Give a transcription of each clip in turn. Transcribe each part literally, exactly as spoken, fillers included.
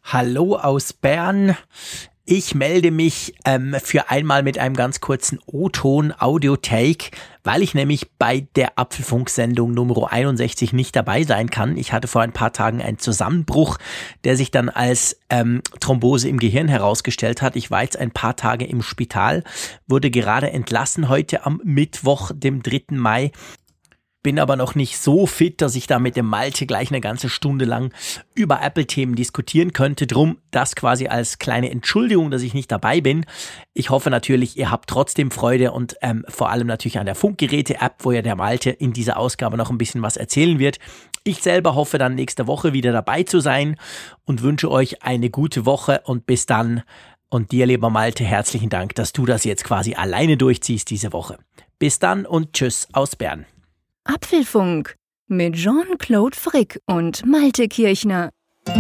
Hallo aus Bern. Ich melde mich ähm, für einmal mit einem ganz kurzen O-Ton-Audio-Take, weil ich nämlich bei der Apfelfunk-Sendung Nummer einundsechzig nicht dabei sein kann. Ich hatte vor ein paar Tagen einen Zusammenbruch, der sich dann als ähm, Thrombose im Gehirn herausgestellt hat. Ich war jetzt ein paar Tage im Spital, wurde gerade entlassen heute am Mittwoch, dem dritten Mai. Bin aber noch nicht so fit, dass ich da mit dem Malte gleich eine ganze Stunde lang über Apple-Themen diskutieren könnte. Drum das quasi als kleine Entschuldigung, dass ich nicht dabei bin. Ich hoffe natürlich, ihr habt trotzdem Freude und ähm, vor allem natürlich an der Funkgeräte-App, wo ja der Malte in dieser Ausgabe noch ein bisschen was erzählen wird. Ich selber hoffe dann nächste Woche wieder dabei zu sein und wünsche euch eine gute Woche und bis dann. Und dir, lieber Malte, herzlichen Dank, dass du das jetzt quasi alleine durchziehst diese Woche. Bis dann und tschüss aus Bern. Apfelfunk mit Jean-Claude Frick und Malte Kirchner.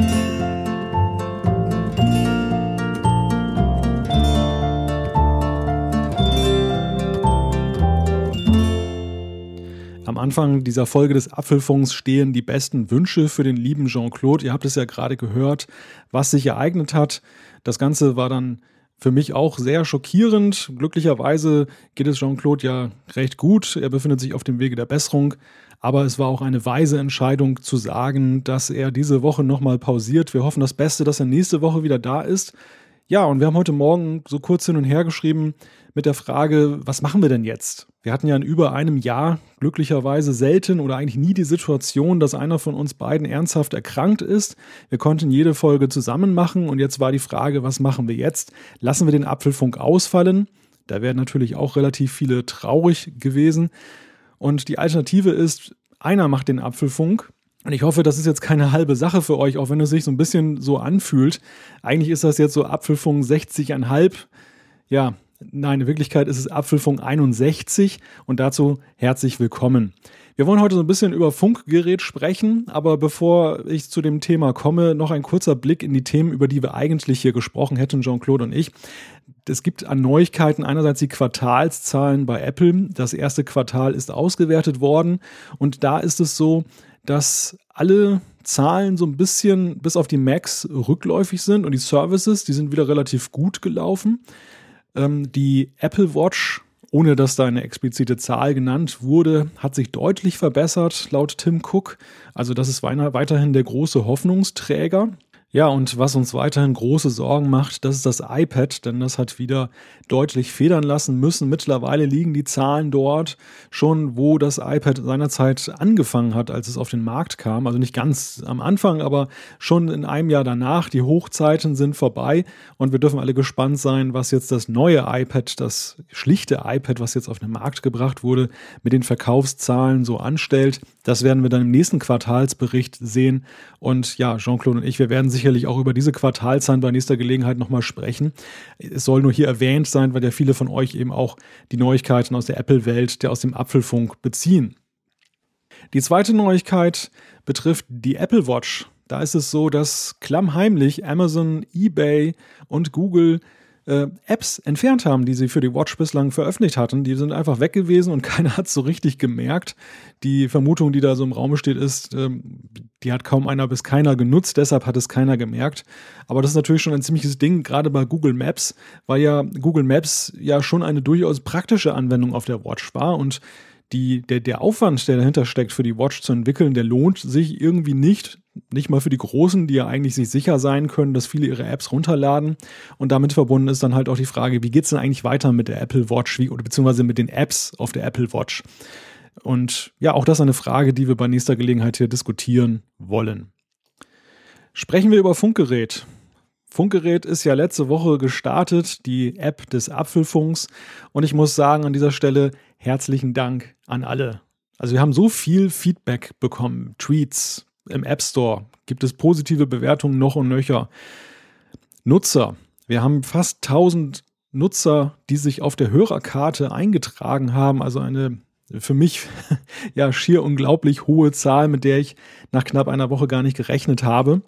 Am Anfang dieser Folge des Apfelfunks stehen die besten Wünsche für den lieben Jean-Claude. Ihr habt es ja gerade gehört, was sich ereignet hat. Das Ganze war dann für mich auch sehr schockierend. Glücklicherweise geht es Jean-Claude ja recht gut. Er befindet sich auf dem Wege der Besserung. Aber es war auch eine weise Entscheidung zu sagen, dass er diese Woche nochmal pausiert. Wir hoffen das Beste, dass er nächste Woche wieder da ist. Ja, und wir haben heute Morgen so kurz hin und her geschrieben mit der Frage, was machen wir denn jetzt? Wir hatten ja in über einem Jahr glücklicherweise selten oder eigentlich nie die Situation, dass einer von uns beiden ernsthaft erkrankt ist. Wir konnten jede Folge zusammen machen und jetzt war die Frage, was machen wir jetzt? Lassen wir den Apfelfunk ausfallen? Da wären natürlich auch relativ viele traurig gewesen. Und die Alternative ist, einer macht den Apfelfunk. Und ich hoffe, das ist jetzt keine halbe Sache für euch, auch wenn es sich so ein bisschen so anfühlt. Eigentlich ist das jetzt so Apfelfunk sechzig Komma fünf. Ja, nein, in Wirklichkeit ist es Apfelfunk einundsechzig und dazu herzlich willkommen. Wir wollen heute so ein bisschen über Funkgerät sprechen, aber bevor ich zu dem Thema komme, noch ein kurzer Blick in die Themen, über die wir eigentlich hier gesprochen hätten, Jean-Claude und ich. Es gibt an Neuigkeiten einerseits die Quartalszahlen bei Apple. Das erste Quartal ist ausgewertet worden und da ist es so, dass alle Zahlen so ein bisschen bis auf die Macs rückläufig sind und die Services, die sind wieder relativ gut gelaufen. Ähm, die Apple Watch, ohne dass da eine explizite Zahl genannt wurde, hat sich deutlich verbessert, laut Tim Cook. Also das ist weiterhin der große Hoffnungsträger. Ja, und was uns weiterhin große Sorgen macht, das ist das iPad, denn das hat wieder deutlich federn lassen müssen. Mittlerweile liegen die Zahlen dort schon, wo das iPad seinerzeit angefangen hat, als es auf den Markt kam. Also nicht ganz am Anfang, aber schon in einem Jahr danach. Die Hochzeiten sind vorbei und wir dürfen alle gespannt sein, was jetzt das neue iPad, das schlichte iPad, was jetzt auf den Markt gebracht wurde, mit den Verkaufszahlen so anstellt. Das werden wir dann im nächsten Quartalsbericht sehen. Und ja, Jean-Claude und ich, wir werden sicherlich auch über diese Quartalzahlen bei nächster Gelegenheit nochmal sprechen. Es soll nur hier erwähnt sein, weil ja viele von euch eben auch die Neuigkeiten aus der Apple-Welt, der aus dem Apfelfunk beziehen. Die zweite Neuigkeit betrifft die Apple Watch. Da ist es so, dass klammheimlich Amazon, eBay und Google äh, Apps entfernt haben, die sie für die Watch bislang veröffentlicht hatten. Die sind einfach weg gewesen und keiner hat es so richtig gemerkt. Die Vermutung, die da so im Raum steht, ist, ähm, die hat kaum einer bis keiner genutzt, deshalb hat es keiner gemerkt. Aber das ist natürlich schon ein ziemliches Ding, gerade bei Google Maps, weil ja Google Maps ja schon eine durchaus praktische Anwendung auf der Watch war und die, der, der Aufwand, der dahinter steckt, für die Watch zu entwickeln, der lohnt sich irgendwie nicht. Nicht mal für die Großen, die ja eigentlich sich sicher sein können, dass viele ihre Apps runterladen. Und damit verbunden ist dann halt auch die Frage, wie geht es denn eigentlich weiter mit der Apple Watch, wie, oder beziehungsweise mit den Apps auf der Apple Watch? Und ja, auch das ist eine Frage, die wir bei nächster Gelegenheit hier diskutieren wollen. Sprechen wir über Funkgerät. Funkgerät ist ja letzte Woche gestartet, die App des Apfelfunks. Und ich muss sagen, an dieser Stelle herzlichen Dank an alle. Also wir haben so viel Feedback bekommen, Tweets, im App Store gibt es positive Bewertungen noch und nöcher. Nutzer, wir haben fast tausend Nutzer, die sich auf der Hörerkarte eingetragen haben, also eine für mich ja schier unglaublich hohe Zahl, mit der ich nach knapp einer Woche gar nicht gerechnet habe.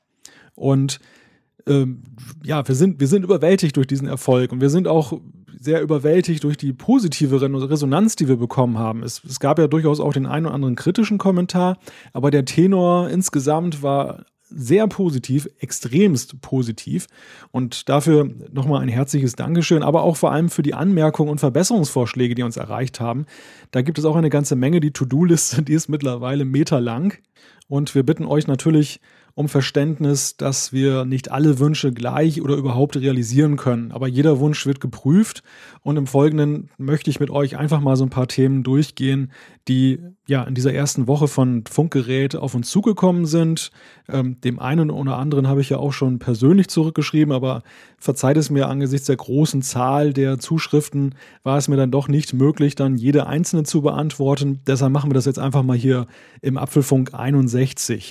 Und ähm, ja, wir sind, wir sind überwältigt durch diesen Erfolg und wir sind auch sehr überwältigt durch die positive Resonanz, die wir bekommen haben. Es, es gab ja durchaus auch den einen oder anderen kritischen Kommentar, aber der Tenor insgesamt war sehr positiv, extremst positiv. Und dafür nochmal ein herzliches Dankeschön, aber auch vor allem für die Anmerkungen und Verbesserungsvorschläge, die uns erreicht haben. Da gibt es auch eine ganze Menge. Die To-Do-Liste, die ist mittlerweile meterlang. Und wir bitten euch natürlich um Verständnis, dass wir nicht alle Wünsche gleich oder überhaupt realisieren können. Aber jeder Wunsch wird geprüft und im Folgenden möchte ich mit euch einfach mal so ein paar Themen durchgehen, die ja in dieser ersten Woche von Funkgerät auf uns zugekommen sind. Ähm, dem einen oder anderen habe ich ja auch schon persönlich zurückgeschrieben, aber verzeiht es mir, angesichts der großen Zahl der Zuschriften war es mir dann doch nicht möglich, dann jede einzelne zu beantworten. Deshalb machen wir das jetzt einfach mal hier im Apfelfunk einundsechzig.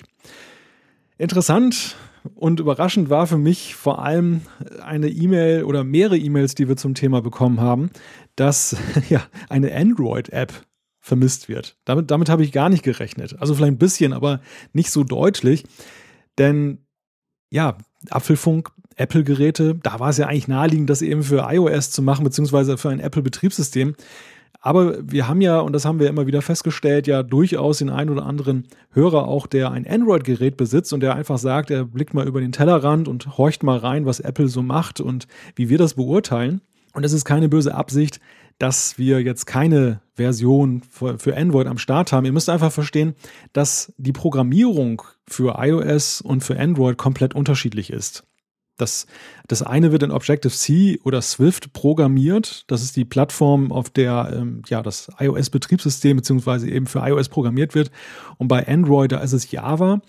Interessant und überraschend war für mich vor allem eine E-Mail oder mehrere E-Mails, die wir zum Thema bekommen haben, dass ja eine Android-App vermisst wird. Damit, damit habe ich gar nicht gerechnet. Also vielleicht ein bisschen, aber nicht so deutlich. Denn ja, Apfelfunk, Apple-Geräte, da war es ja eigentlich naheliegend, das eben für iOS zu machen, beziehungsweise für ein Apple-Betriebssystem. Aber wir haben ja, und das haben wir immer wieder festgestellt, ja durchaus den einen oder anderen Hörer auch, der ein Android-Gerät besitzt und der einfach sagt, er blickt mal über den Tellerrand und horcht mal rein, was Apple so macht und wie wir das beurteilen. Und es ist keine böse Absicht, dass wir jetzt keine Version für Android am Start haben. Ihr müsst einfach verstehen, dass die Programmierung für iOS und für Android komplett unterschiedlich ist. Das, das eine wird in Objective-C oder Swift programmiert. Das ist die Plattform, auf der ähm, ja, das iOS-Betriebssystem beziehungsweise eben für iOS programmiert wird. Und bei Android, da ist es Java.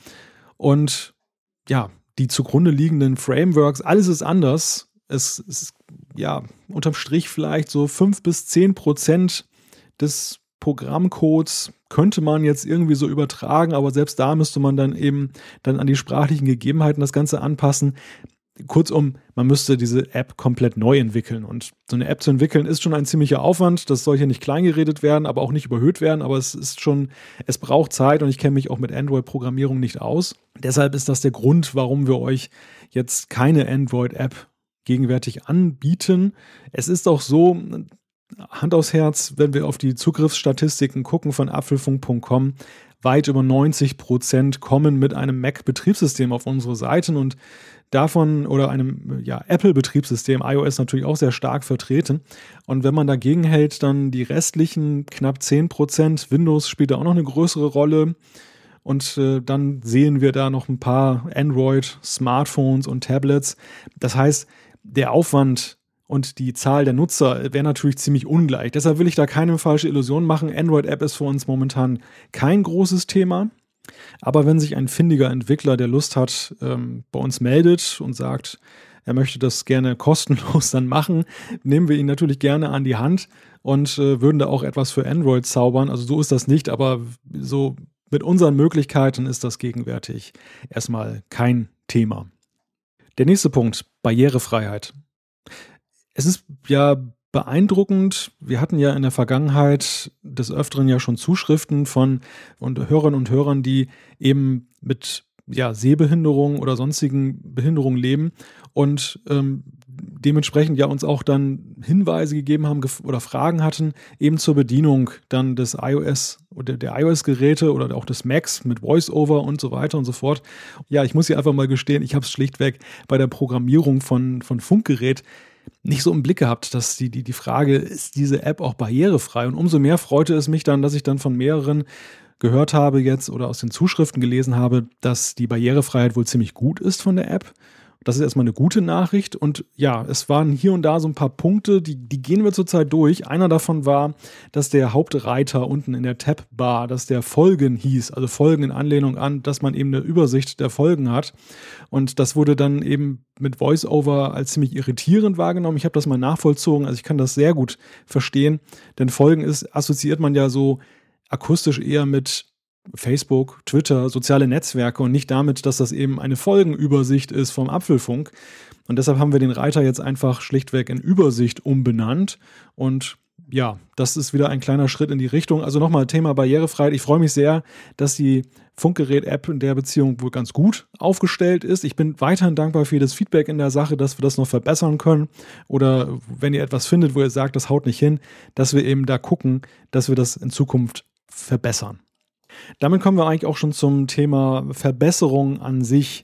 Und ja, die zugrunde liegenden Frameworks, alles ist anders. Es ist ja unterm Strich vielleicht so fünf bis zehn Prozent des Programmcodes könnte man jetzt irgendwie so übertragen, aber selbst da müsste man dann eben dann an die sprachlichen Gegebenheiten das Ganze anpassen. Kurzum, man müsste diese App komplett neu entwickeln. Und so eine App zu entwickeln ist schon ein ziemlicher Aufwand. Das soll hier nicht kleingeredet werden, aber auch nicht überhöht werden. Aber es ist schon, es braucht Zeit und ich kenne mich auch mit Android-Programmierung nicht aus. Deshalb ist das der Grund, warum wir euch jetzt keine Android-App gegenwärtig anbieten. Es ist auch so, Hand aufs Herz, wenn wir auf die Zugriffsstatistiken gucken von apfelfunk punkt com, weit über neunzig Prozent kommen mit einem Mac-Betriebssystem auf unsere Seiten und davon oder einem ja, Apple-Betriebssystem, iOS natürlich auch sehr stark vertreten. Und wenn man dagegen hält, dann die restlichen knapp zehn Prozent, Windows spielt da auch noch eine größere Rolle. Und äh, dann sehen wir da noch ein paar Android-Smartphones und Tablets. Das heißt, der Aufwand und die Zahl der Nutzer wäre natürlich ziemlich ungleich. Deshalb will ich da keine falsche Illusion machen. Android-App ist für uns momentan kein großes Thema. Aber wenn sich ein findiger Entwickler, der Lust hat, ähm, bei uns meldet und sagt, er möchte das gerne kostenlos dann machen, nehmen wir ihn natürlich gerne an die Hand und äh, würden da auch etwas für Android zaubern. Also so ist das nicht, aber so mit unseren Möglichkeiten ist das gegenwärtig erstmal kein Thema. Der nächste Punkt, Barrierefreiheit. Es ist ja beeindruckend. Wir hatten ja in der Vergangenheit des Öfteren ja schon Zuschriften von und Hörern und Hörern, die eben mit ja, Sehbehinderung oder sonstigen Behinderungen leben und ähm, dementsprechend ja uns auch dann Hinweise gegeben haben gef- oder Fragen hatten, eben zur Bedienung dann des iOS oder der iOS-Geräte oder auch des Macs mit VoiceOver und so weiter und so fort. Ja, ich muss hier einfach mal gestehen, ich habe es schlichtweg bei der Programmierung von, von Funkgerät nicht so im Blick gehabt, dass die, die, die Frage, ist diese App auch barrierefrei? Und umso mehr freute es mich dann, dass ich dann von mehreren gehört habe jetzt oder aus den Zuschriften gelesen habe, dass die Barrierefreiheit wohl ziemlich gut ist von der App. Das ist erstmal eine gute Nachricht. Und ja, es waren hier und da so ein paar Punkte, die, die gehen wir zurzeit durch. Einer davon war, dass der Hauptreiter unten in der Tab-Bar, dass der Folgen hieß, also Folgen in Anlehnung an, dass man eben eine Übersicht der Folgen hat. Und das wurde dann eben mit VoiceOver als ziemlich irritierend wahrgenommen. Ich habe das mal nachvollzogen, also ich kann das sehr gut verstehen, denn Folgen ist, assoziiert man ja so akustisch eher mit Facebook, Twitter, soziale Netzwerke und nicht damit, dass das eben eine Folgenübersicht ist vom Apfelfunk. Und deshalb haben wir den Reiter jetzt einfach schlichtweg in Übersicht umbenannt. Und ja, das ist wieder ein kleiner Schritt in die Richtung. Also nochmal Thema Barrierefreiheit. Ich freue mich sehr, dass die Funkgerät-App in der Beziehung wohl ganz gut aufgestellt ist. Ich bin weiterhin dankbar für das Feedback in der Sache, dass wir das noch verbessern können. Oder wenn ihr etwas findet, wo ihr sagt, das haut nicht hin, dass wir eben da gucken, dass wir das in Zukunft verbessern. Damit kommen wir eigentlich auch schon zum Thema Verbesserung an sich.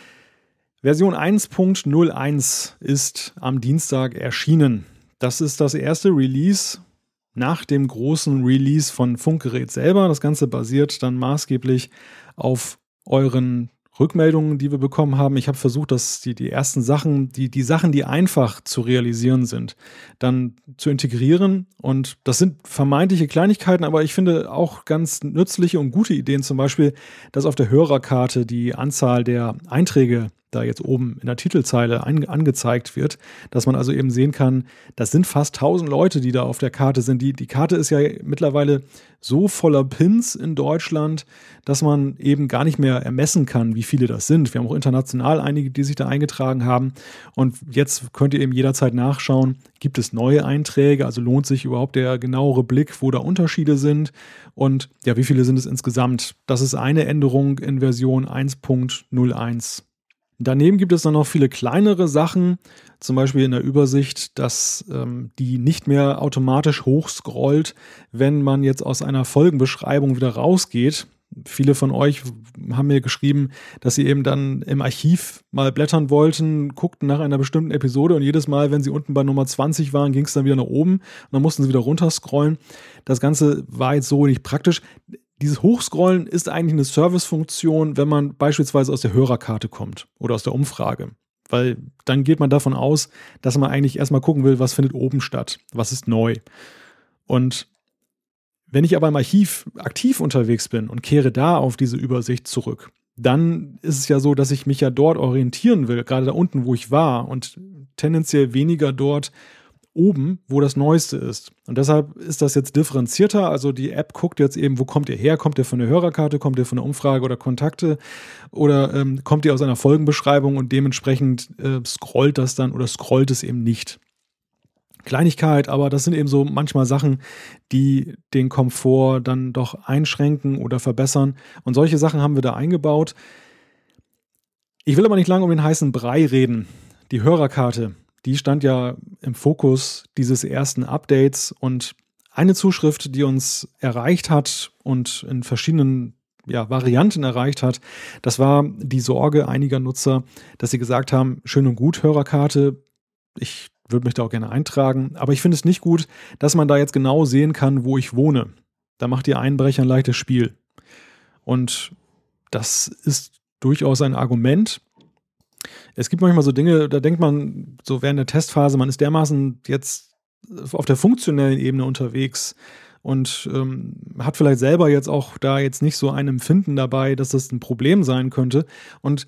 Version eins Punkt null eins ist am Dienstag erschienen. Das ist das erste Release nach dem großen Release von Funkgerät selber. Das Ganze basiert dann maßgeblich auf euren Rückmeldungen, die wir bekommen haben. Ich habe versucht, dass die, die ersten Sachen, die, die Sachen, die einfach zu realisieren sind, dann zu integrieren. Und das sind vermeintliche Kleinigkeiten, aber ich finde auch ganz nützliche und gute Ideen. Zum Beispiel, dass auf der Hörerkarte die Anzahl der Einträge da jetzt oben in der Titelzeile ein, angezeigt wird, dass man also eben sehen kann, das sind fast tausend Leute, die da auf der Karte sind. Die, die Karte ist ja mittlerweile so voller Pins in Deutschland, dass man eben gar nicht mehr ermessen kann, wie viele das sind. Wir haben auch international einige, die sich da eingetragen haben. Und jetzt könnt ihr eben jederzeit nachschauen, gibt es neue Einträge, also lohnt sich überhaupt der genauere Blick, wo da Unterschiede sind und ja, wie viele sind es insgesamt. Das ist eine Änderung in Version eins Punkt null eins. Daneben gibt es dann noch viele kleinere Sachen, zum Beispiel in der Übersicht, dass ähm, die nicht mehr automatisch hochscrollt, wenn man jetzt aus einer Folgenbeschreibung wieder rausgeht. Viele von euch haben mir geschrieben, dass sie eben dann im Archiv mal blättern wollten, guckten nach einer bestimmten Episode und jedes Mal, wenn sie unten bei Nummer zwanzig waren, ging es dann wieder nach oben und dann mussten sie wieder runterscrollen. Das Ganze war jetzt so nicht praktisch. Dieses Hochscrollen ist eigentlich eine Servicefunktion, wenn man beispielsweise aus der Hörerkarte kommt oder aus der Umfrage. Weil dann geht man davon aus, dass man eigentlich erstmal gucken will, was findet oben statt, was ist neu. Und wenn ich aber im Archiv aktiv unterwegs bin und kehre da auf diese Übersicht zurück, dann ist es ja so, dass ich mich ja dort orientieren will, gerade da unten, wo ich war und tendenziell weniger dort oben, wo das Neueste ist. Und deshalb ist das jetzt differenzierter. Also die App guckt jetzt eben, wo kommt ihr her? Kommt ihr von der Hörerkarte? Kommt ihr von der Umfrage oder Kontakte? Oder ähm, kommt ihr aus einer Folgenbeschreibung und dementsprechend äh, scrollt das dann oder scrollt es eben nicht. Kleinigkeit, aber das sind eben so manchmal Sachen, die den Komfort dann doch einschränken oder verbessern. Und solche Sachen haben wir da eingebaut. Ich will aber nicht lange um den heißen Brei reden. Die Hörerkarte, die stand ja im Fokus dieses ersten Updates und eine Zuschrift, die uns erreicht hat und in verschiedenen ja, Varianten erreicht hat, das war die Sorge einiger Nutzer, dass sie gesagt haben, schön und gut, Hörerkarte, ich würde mich da auch gerne eintragen, aber ich finde es nicht gut, dass man da jetzt genau sehen kann, wo ich wohne. Da macht ihr Einbrecher ein leichtes Spiel. Und das ist durchaus ein Argument. Es gibt manchmal so Dinge, da denkt man so während der Testphase, man ist dermaßen jetzt auf der funktionellen Ebene unterwegs und ähm, hat vielleicht selber jetzt auch da jetzt nicht so ein Empfinden dabei, dass das ein Problem sein könnte. Und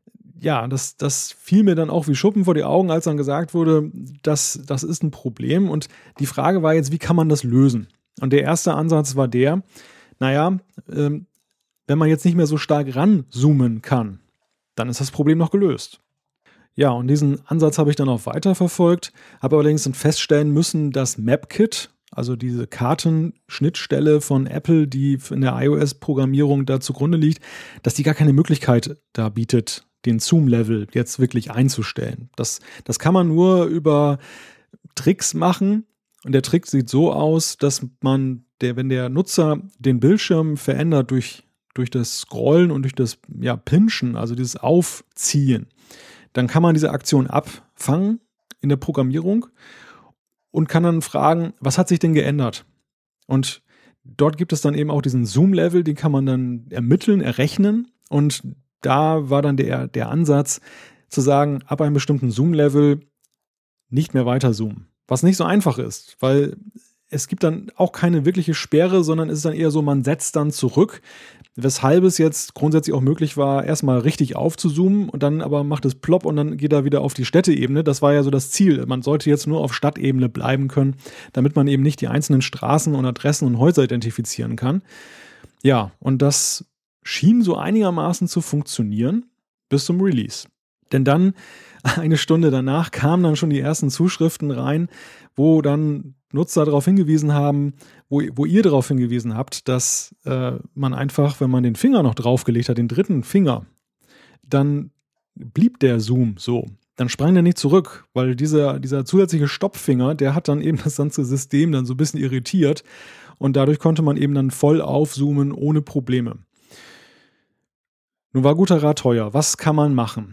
ja, das, das fiel mir dann auch wie Schuppen vor die Augen, als dann gesagt wurde, dass das ist ein Problem. Und die Frage war jetzt, wie kann man das lösen? Und der erste Ansatz war der, naja, ähm, wenn man jetzt nicht mehr so stark ranzoomen kann, dann ist das Problem noch gelöst. Ja, und diesen Ansatz habe ich dann auch weiterverfolgt, habe allerdings dann feststellen müssen, dass MapKit, also diese Kartenschnittstelle von Apple, die in der iOS-Programmierung da zugrunde liegt, dass die gar keine Möglichkeit da bietet, den Zoom-Level jetzt wirklich einzustellen. Das, das kann man nur über Tricks machen. Und der Trick sieht so aus, dass man, der, wenn der Nutzer den Bildschirm verändert durch, durch das Scrollen und durch das ja, Pinchen, also dieses Aufziehen, dann kann man diese Aktion abfangen in der Programmierung und kann dann fragen, was hat sich denn geändert? Und dort gibt es dann eben auch diesen Zoom-Level, den kann man dann ermitteln, errechnen. Und da war dann der, der Ansatz zu sagen, ab einem bestimmten Zoom-Level nicht mehr weiter zoomen. Was nicht so einfach ist, weil es gibt dann auch keine wirkliche Sperre, sondern es ist dann eher so, man setzt dann zurück, weshalb es jetzt grundsätzlich auch möglich war, erstmal richtig aufzuzoomen und dann aber macht es plopp und dann geht er wieder auf die Städteebene. Das war ja so das Ziel. Man sollte jetzt nur auf Stadtebene bleiben können, damit man eben nicht die einzelnen Straßen und Adressen und Häuser identifizieren kann. Ja, und das schien so einigermaßen zu funktionieren bis zum Release. Denn dann, eine Stunde danach, kamen dann schon die ersten Zuschriften rein, wo dann Nutzer darauf hingewiesen haben, wo, wo ihr darauf hingewiesen habt, dass äh, man einfach, wenn man den Finger noch draufgelegt hat, den dritten Finger, dann blieb der Zoom so. dann sprang der nicht zurück, weil dieser, dieser zusätzliche Stoppfinger, der hat dann eben das ganze System dann so ein bisschen irritiert und dadurch konnte man eben dann voll aufzoomen ohne Probleme. Nun war guter Rat teuer. Was kann man machen?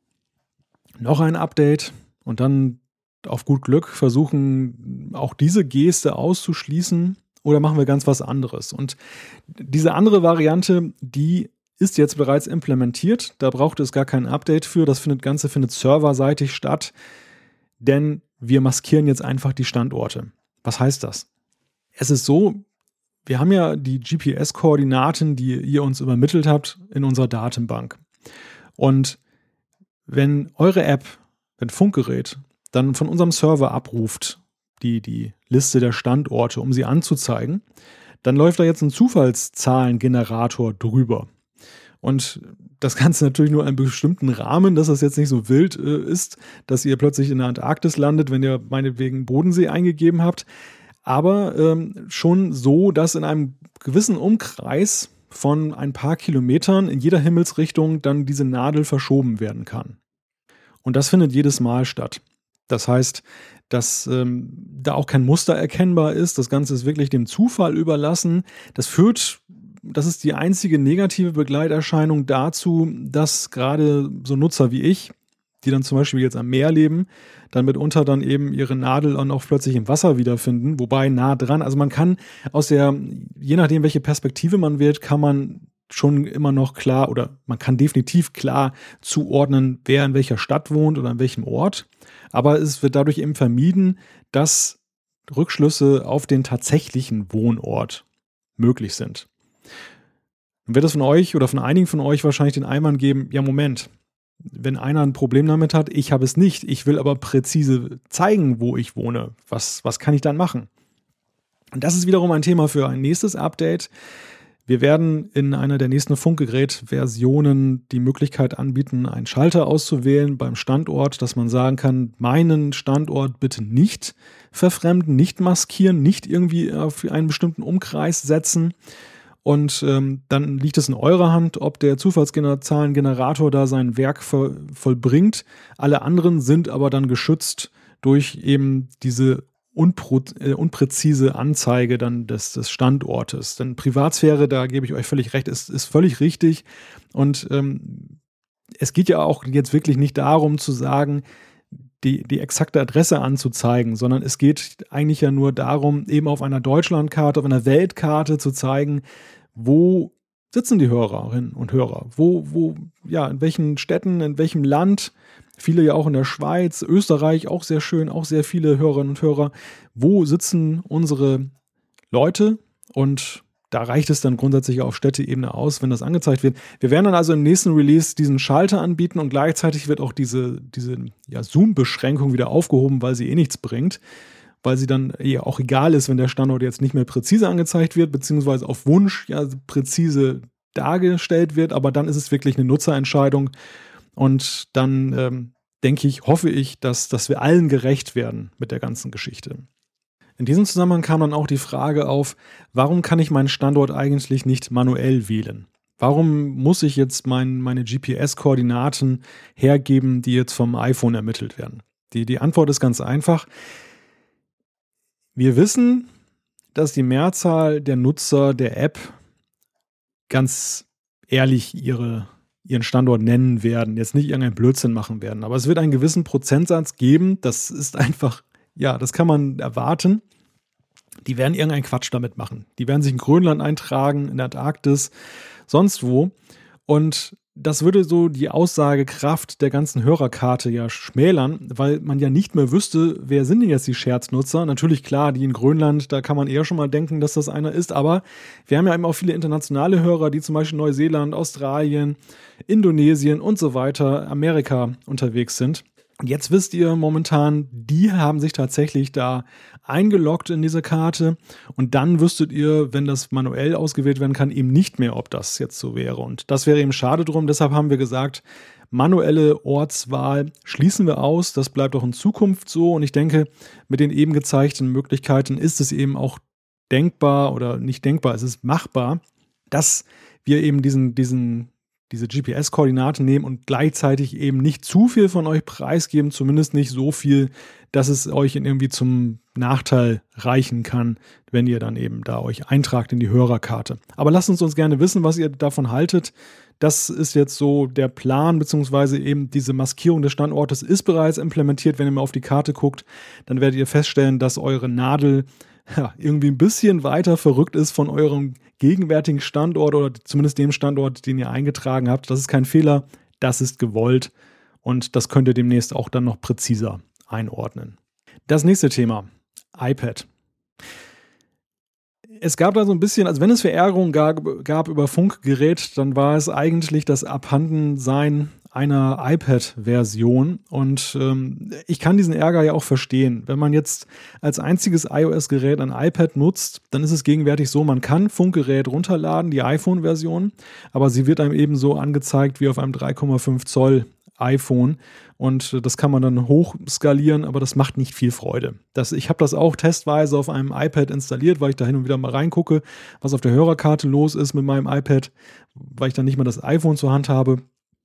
Noch ein Update und dann auf gut Glück versuchen, auch diese Geste auszuschließen oder machen wir ganz was anderes. Und diese andere Variante, die ist jetzt bereits implementiert. Da braucht es gar kein Update für. Das findet, Ganze findet serverseitig statt, denn wir maskieren jetzt einfach die Standorte. Was heißt das? Es ist so, wir haben ja die G P S-Koordinaten, die ihr uns übermittelt habt, in unserer Datenbank. Und wenn eure App, wenn Funkgerät, dann von unserem Server abruft, die, die Liste der Standorte, um sie anzuzeigen, dann läuft da jetzt ein Zufallszahlengenerator drüber. Und das Ganze natürlich nur in einem bestimmten Rahmen, dass das jetzt nicht so wild äh, ist, dass ihr plötzlich in der Antarktis landet, wenn ihr meinetwegen Bodensee eingegeben habt. Aber ähm, schon so, dass in einem gewissen Umkreis von ein paar Kilometern in jeder Himmelsrichtung dann diese Nadel verschoben werden kann. Und das findet jedes Mal statt. Das heißt, dass ähm, da auch kein Muster erkennbar ist. Das Ganze ist wirklich dem Zufall überlassen. Das führt, das ist die einzige negative Begleiterscheinung dazu, dass gerade so Nutzer wie ich, die dann zum Beispiel jetzt am Meer leben, dann mitunter dann eben ihre Nadel dann auch plötzlich im Wasser wiederfinden, wobei nah dran. Also man kann aus der, je nachdem welche Perspektive man wählt, kann man schon immer noch klar oder man kann definitiv klar zuordnen, wer in welcher Stadt wohnt oder an welchem Ort. Aber es wird dadurch eben vermieden, dass Rückschlüsse auf den tatsächlichen Wohnort möglich sind. Dann wird es von euch oder von einigen von euch wahrscheinlich den Eimern geben, ja Moment, wenn einer ein Problem damit hat, ich habe es nicht, ich will aber präzise zeigen, wo ich wohne. Was, was kann ich dann machen? Und das ist wiederum ein Thema für ein nächstes Update. Wir werden in einer der nächsten Funkgerät-Versionen die Möglichkeit anbieten, einen Schalter auszuwählen beim Standort, dass man sagen kann, meinen Standort bitte nicht verfremden, nicht maskieren, nicht irgendwie auf einen bestimmten Umkreis setzen. Und ähm, dann liegt es in eurer Hand, ob der Zufallszahlengenerator da sein Werk ver- vollbringt. Alle anderen sind aber dann geschützt durch eben diese unpro- äh, unpräzise Anzeige dann des, des Standortes. Denn Privatsphäre, da gebe ich euch völlig recht, ist, ist völlig richtig. Und ähm, es geht ja auch jetzt wirklich nicht darum zu sagen, die, die exakte Adresse anzuzeigen, sondern es geht eigentlich ja nur darum, eben auf einer Deutschlandkarte, auf einer Weltkarte zu zeigen, wo sitzen die Hörerinnen und Hörer, wo, wo, ja, in welchen Städten, in welchem Land, viele ja auch in der Schweiz, Österreich, auch sehr schön, auch sehr viele Hörerinnen und Hörer, wo sitzen unsere Leute und da reicht es dann grundsätzlich auf Städteebene aus, wenn das angezeigt wird. Wir werden dann also im nächsten Release diesen Schalter anbieten und gleichzeitig wird auch diese, diese ja, Zoom-Beschränkung wieder aufgehoben, weil sie eh nichts bringt, weil sie dann eh auch egal ist, wenn der Standort jetzt nicht mehr präzise angezeigt wird, beziehungsweise auf Wunsch ja präzise dargestellt wird, aber dann ist es wirklich eine Nutzerentscheidung und dann ähm, denke ich, hoffe ich, dass, dass wir allen gerecht werden mit der ganzen Geschichte. In diesem Zusammenhang kam dann auch die Frage auf, warum kann ich meinen Standort eigentlich nicht manuell wählen? Warum muss ich jetzt mein, meine G P S-Koordinaten hergeben, die jetzt vom iPhone ermittelt werden? Die, die Antwort ist ganz einfach. Wir wissen, dass die Mehrzahl der Nutzer der App ganz ehrlich ihre, ihren Standort nennen werden, jetzt nicht irgendeinen Blödsinn machen werden. Aber es wird einen gewissen Prozentsatz geben, das ist einfach, ja, das kann man erwarten. Die werden irgendeinen Quatsch damit machen. Die werden sich in Grönland eintragen, in der Antarktis, sonst wo. Und das würde so die Aussagekraft der ganzen Hörerkarte ja schmälern, weil man ja nicht mehr wüsste, wer sind denn jetzt die Scherznutzer. Natürlich, klar, die in Grönland, da kann man eher schon mal denken, dass das einer ist. Aber wir haben ja eben auch viele internationale Hörer, die zum Beispiel Neuseeland, Australien, Indonesien und so weiter, Amerika unterwegs sind. Und jetzt wisst ihr momentan, die haben sich tatsächlich da eingeloggt in diese Karte und dann wüsstet ihr, wenn das manuell ausgewählt werden kann, eben nicht mehr, ob das jetzt so wäre. Und das wäre eben schade drum. Deshalb haben wir gesagt, manuelle Ortswahl schließen wir aus. Das bleibt auch in Zukunft so. Und ich denke, mit den eben gezeigten Möglichkeiten ist es eben auch denkbar oder nicht denkbar, es ist machbar, dass wir eben diesen, diesen diese G P S-Koordinaten nehmen und gleichzeitig eben nicht zu viel von euch preisgeben, zumindest nicht so viel, dass es euch irgendwie zum Nachteil reichen kann, wenn ihr dann eben da euch eintragt in die Hörerkarte. Aber lasst uns uns gerne wissen, was ihr davon haltet. Das ist jetzt so der Plan, beziehungsweise eben diese Maskierung des Standortes ist bereits implementiert. Wenn ihr mal auf die Karte guckt, dann werdet ihr feststellen, dass eure Nadel ja, irgendwie ein bisschen weiter verrückt ist von eurem gegenwärtigen Standort oder zumindest dem Standort, den ihr eingetragen habt. Das ist kein Fehler, das ist gewollt und das könnt ihr demnächst auch dann noch präziser einordnen. Das nächste Thema, iPad. Es gab da so ein bisschen, also wenn es Verärgerung gab, gab über Funkgerät, dann war es eigentlich das Abhandensein einer iPad-Version und ähm, ich kann diesen Ärger ja auch verstehen. Wenn man jetzt als einziges iOS-Gerät ein iPad nutzt, dann ist es gegenwärtig so, man kann Funkgerät runterladen, die iPhone-Version, aber sie wird einem eben so angezeigt wie auf einem drei Komma fünf Zoll iPhone und das kann man dann hochskalieren, aber das macht nicht viel Freude. Das, ich habe das auch testweise auf einem iPad installiert, weil ich da hin und wieder mal reingucke, was auf der Hörerkarte los ist mit meinem iPad, weil ich dann nicht mehr das iPhone zur Hand habe.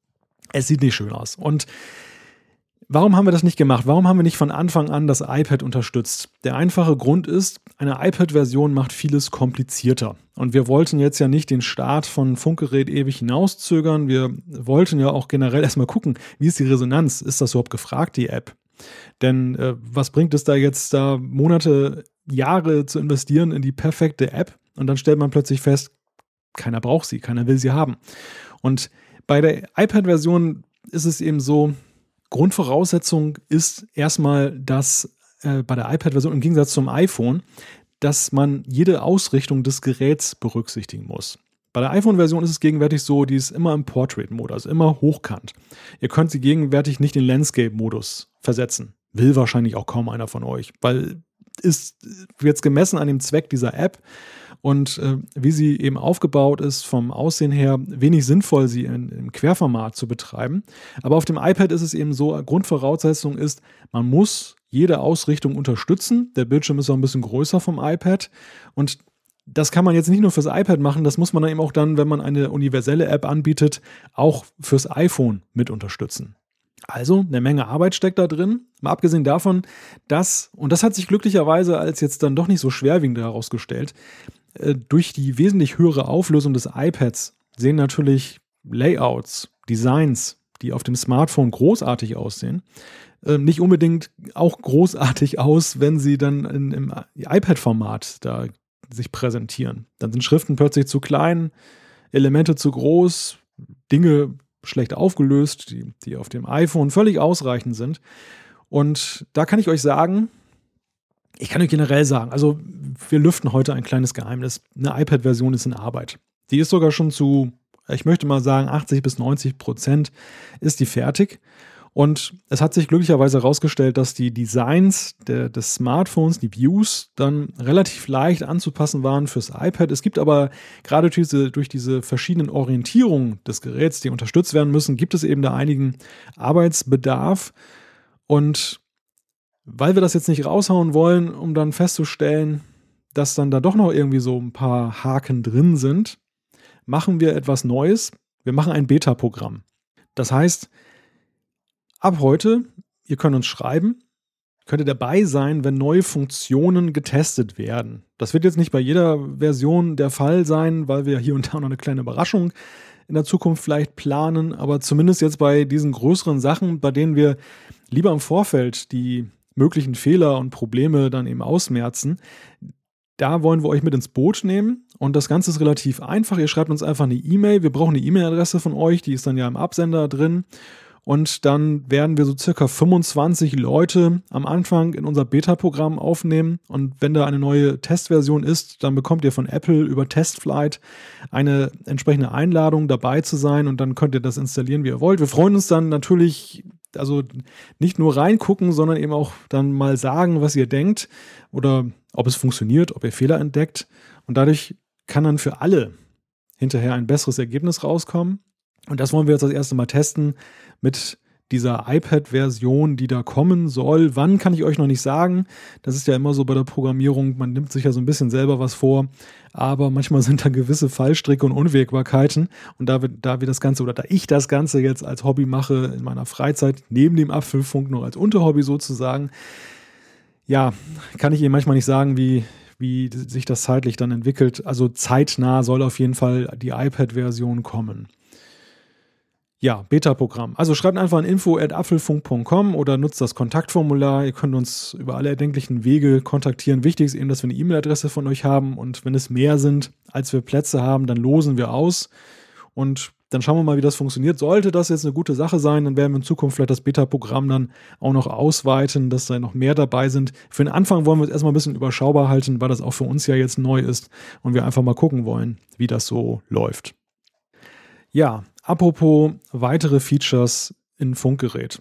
Es sieht nicht schön aus. Und warum haben wir das nicht gemacht? Warum haben wir nicht von Anfang an das iPad unterstützt? Der einfache Grund ist, eine iPad-Version macht vieles komplizierter. Und wir wollten jetzt ja nicht den Start von Funkgerät ewig hinauszögern. Wir wollten ja auch generell erstmal gucken, wie ist die Resonanz? Ist das überhaupt gefragt, die App? Denn äh, was bringt es da jetzt, da Monate, Jahre zu investieren in die perfekte App? Und dann stellt man plötzlich fest, keiner braucht sie, keiner will sie haben. Und bei der iPad-Version ist es eben so, Grundvoraussetzung ist erstmal, dass äh, bei der iPad-Version im Gegensatz zum iPhone, dass man jede Ausrichtung des Geräts berücksichtigen muss. Bei der iPhone-Version ist es gegenwärtig so, die ist immer im Portrait-Modus, also immer hochkant. Ihr könnt sie gegenwärtig nicht in den Landscape-Modus versetzen. Will wahrscheinlich auch kaum einer von euch, weil ist jetzt gemessen an dem Zweck dieser App und äh, wie sie eben aufgebaut ist vom Aussehen her, wenig sinnvoll, sie in, im Querformat zu betreiben. Aber auf dem iPad ist es eben so, Grundvoraussetzung ist, man muss jede Ausrichtung unterstützen. Der Bildschirm ist auch ein bisschen größer vom iPad und das kann man jetzt nicht nur fürs iPad machen, das muss man dann eben auch dann, wenn man eine universelle App anbietet, auch fürs iPhone mit unterstützen. Also eine Menge Arbeit steckt da drin, mal abgesehen davon, dass, und das hat sich glücklicherweise als jetzt dann doch nicht so schwerwiegend herausgestellt, äh, durch die wesentlich höhere Auflösung des iPads sehen natürlich Layouts, Designs, die auf dem Smartphone großartig aussehen, äh, nicht unbedingt auch großartig aus, wenn sie dann in, im iPad-Format da sich präsentieren. Dann sind Schriften plötzlich zu klein, Elemente zu groß, Dinge schlecht aufgelöst, die, die auf dem iPhone völlig ausreichend sind. Und da kann ich euch sagen, ich kann euch generell sagen, also wir lüften heute ein kleines Geheimnis. Eine iPad-Version ist in Arbeit. Die ist sogar schon zu, ich möchte mal sagen, achtzig bis neunzig Prozent ist die fertig. Und es hat sich glücklicherweise herausgestellt, dass die Designs der, des Smartphones, die Views, dann relativ leicht anzupassen waren fürs iPad. Es gibt aber gerade durch diese, durch diese verschiedenen Orientierungen des Geräts, die unterstützt werden müssen, gibt es eben da einigen Arbeitsbedarf. Und weil wir das jetzt nicht raushauen wollen, um dann festzustellen, dass dann da doch noch irgendwie so ein paar Haken drin sind, machen wir etwas Neues. Wir machen ein Beta-Programm. Das heißt, ab heute, ihr könnt uns schreiben, könnt ihr dabei sein, wenn neue Funktionen getestet werden. Das wird jetzt nicht bei jeder Version der Fall sein, weil wir hier und da noch eine kleine Überraschung in der Zukunft vielleicht planen, aber zumindest jetzt bei diesen größeren Sachen, bei denen wir lieber im Vorfeld die möglichen Fehler und Probleme dann eben ausmerzen, da wollen wir euch mit ins Boot nehmen und das Ganze ist relativ einfach. Ihr schreibt uns einfach eine E-Mail, wir brauchen eine E-Mail-Adresse von euch, die ist dann ja im Absender drin. Und dann werden wir so circa fünfundzwanzig Leute am Anfang in unser Beta-Programm aufnehmen. Und wenn da eine neue Testversion ist, dann bekommt ihr von Apple über Testflight eine entsprechende Einladung, dabei zu sein. Und dann könnt ihr das installieren, wie ihr wollt. Wir freuen uns dann natürlich, also nicht nur reingucken, sondern eben auch dann mal sagen, was ihr denkt oder ob es funktioniert, ob ihr Fehler entdeckt. Und dadurch kann dann für alle hinterher ein besseres Ergebnis rauskommen. Und das wollen wir jetzt das erste Mal testen mit dieser iPad-Version, die da kommen soll. Wann, kann ich euch noch nicht sagen. Das ist ja immer so bei der Programmierung, man nimmt sich ja so ein bisschen selber was vor, aber manchmal sind da gewisse Fallstricke und Unwägbarkeiten. Und da wir, da wir das Ganze, oder da ich das Ganze jetzt als Hobby mache in meiner Freizeit, neben dem Apfelfunk noch als Unterhobby sozusagen, ja, kann ich Ihnen manchmal nicht sagen, wie, wie sich das zeitlich dann entwickelt. Also zeitnah soll auf jeden Fall die iPad-Version kommen. Ja, Beta-Programm. Also schreibt einfach an info at apfelfunk punkt com oder nutzt das Kontaktformular. Ihr könnt uns über alle erdenklichen Wege kontaktieren. Wichtig ist eben, dass wir eine E-Mail-Adresse von euch haben und wenn es mehr sind, als wir Plätze haben, dann losen wir aus und dann schauen wir mal, wie das funktioniert. Sollte das jetzt eine gute Sache sein, dann werden wir in Zukunft vielleicht das Beta-Programm dann auch noch ausweiten, dass da noch mehr dabei sind. Für den Anfang wollen wir es erstmal ein bisschen überschaubar halten, weil das auch für uns ja jetzt neu ist und wir einfach mal gucken wollen, wie das so läuft. Ja, apropos weitere Features in Funkgerät.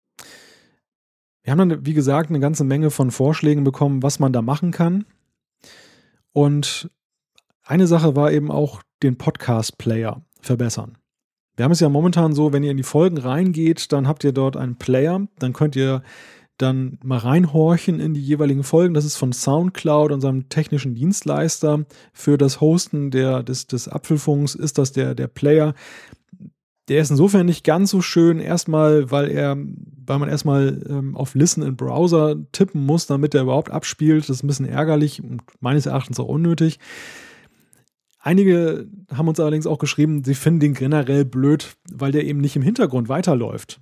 Wir haben dann, wie gesagt, eine ganze Menge von Vorschlägen bekommen, was man da machen kann. Und eine Sache war eben auch den Podcast-Player verbessern. Wir haben es ja momentan so, wenn ihr in die Folgen reingeht, dann habt ihr dort einen Player, dann könnt ihr dann mal reinhorchen in die jeweiligen Folgen. Das ist von Soundcloud, unserem technischen Dienstleister. Für das Hosten der, des, des Apfelfunks ist das der, der Player. Der ist insofern nicht ganz so schön, erstmal, weil er, weil man erstmal ähm, auf Listen in Browser tippen muss, damit der überhaupt abspielt. Das ist ein bisschen ärgerlich und meines Erachtens auch unnötig. Einige haben uns allerdings auch geschrieben, sie finden den generell blöd, weil der eben nicht im Hintergrund weiterläuft.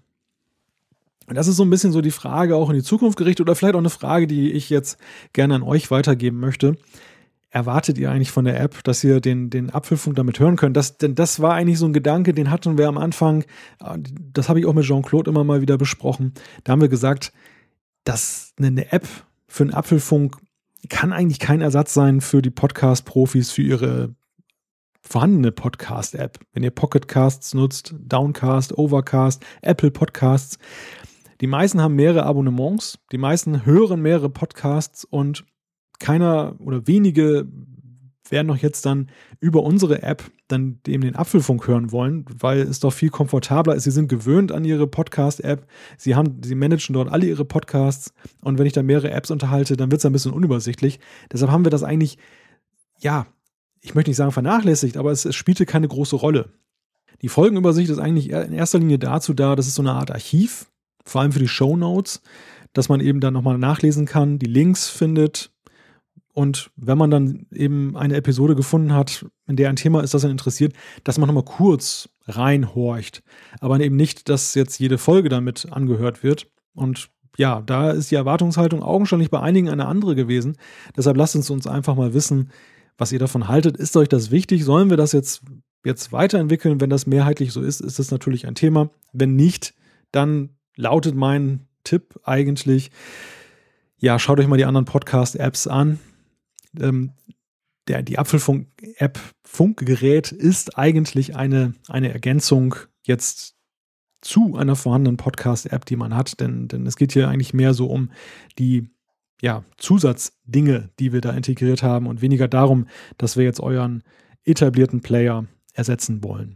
Und das ist so ein bisschen so die Frage auch in die Zukunft gerichtet oder vielleicht auch eine Frage, die ich jetzt gerne an euch weitergeben möchte. Erwartet ihr eigentlich von der App, dass ihr den, den Apfelfunk damit hören könnt? Das, denn das war eigentlich so ein Gedanke, den hatten wir am Anfang, das habe ich auch mit Jean-Claude immer mal wieder besprochen. Da haben wir gesagt, dass eine App für einen Apfelfunk kann eigentlich kein Ersatz sein für die Podcast-Profis, für ihre vorhandene Podcast-App. Wenn ihr Pocketcasts nutzt, Downcast, Overcast, Apple Podcasts. Die meisten haben mehrere Abonnements, die meisten hören mehrere Podcasts und keiner oder wenige werden doch jetzt dann über unsere App dann eben den Apfelfunk hören wollen, weil es doch viel komfortabler ist. Sie sind gewöhnt an ihre Podcast-App, sie haben, sie managen dort alle ihre Podcasts und wenn ich da mehrere Apps unterhalte, dann wird es ein bisschen unübersichtlich. Deshalb haben wir das eigentlich, ja, ich möchte nicht sagen vernachlässigt, aber es, es spielte keine große Rolle. Die Folgenübersicht ist eigentlich in erster Linie dazu da, das ist so eine Art Archiv, vor allem für die Shownotes, dass man eben dann nochmal nachlesen kann, die Links findet und wenn man dann eben eine Episode gefunden hat, in der ein Thema ist, das einen interessiert, dass man nochmal kurz reinhorcht, aber eben nicht, dass jetzt jede Folge damit angehört wird und ja, da ist die Erwartungshaltung augenscheinlich bei einigen eine andere gewesen, deshalb lasst uns uns einfach mal wissen, was ihr davon haltet. Ist euch das wichtig? Sollen wir das jetzt, jetzt weiterentwickeln? Wenn das mehrheitlich so ist, ist das natürlich ein Thema. Wenn nicht, dann lautet mein Tipp eigentlich, ja, schaut euch mal die anderen Podcast-Apps an. Ähm, der, die Apfelfunk-App Funkgerät ist eigentlich eine, eine Ergänzung jetzt zu einer vorhandenen Podcast-App, die man hat, denn, denn es geht hier eigentlich mehr so um die ja, Zusatzdinge, die wir da integriert haben und weniger darum, dass wir jetzt euren etablierten Player ersetzen wollen.